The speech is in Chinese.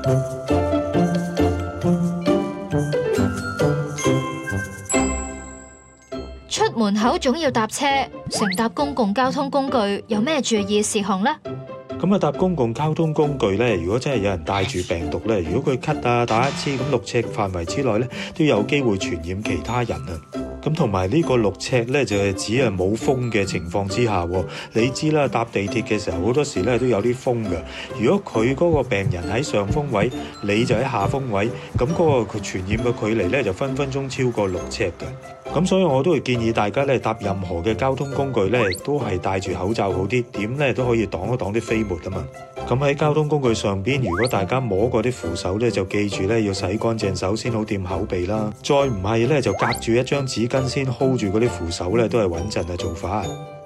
出門口總要搭車，乘搭公共交通工具有咩注意事項呢？ 咁搭公共交通工具咧，如果真係有人帶住病毒咧，如果佢咳啊、打一次咁6尺範圍之內咧，都有機會傳染其他人啊。咁同埋呢個6尺咧，就係指冇風嘅情況之下喎。你知啦，搭地鐵嘅時候好多時咧都有啲風㗎。如果佢嗰個病人喺上風位，你就喺下風位，咁嗰個佢傳染嘅距離咧就分分鐘超過6尺㗎。咁所以我都會建議大家咧搭任何嘅交通工具咧，都係戴住口罩好啲，點咧都可以擋一擋啲飛沫啊嘛。咁喺交通工具上邊，如果大家摸過啲扶手咧，就記住咧要洗乾淨手先好掂口鼻啦。再唔係咧，就隔住一張紙巾先 hold 住嗰啲扶手咧，都係穩陣嘅做法。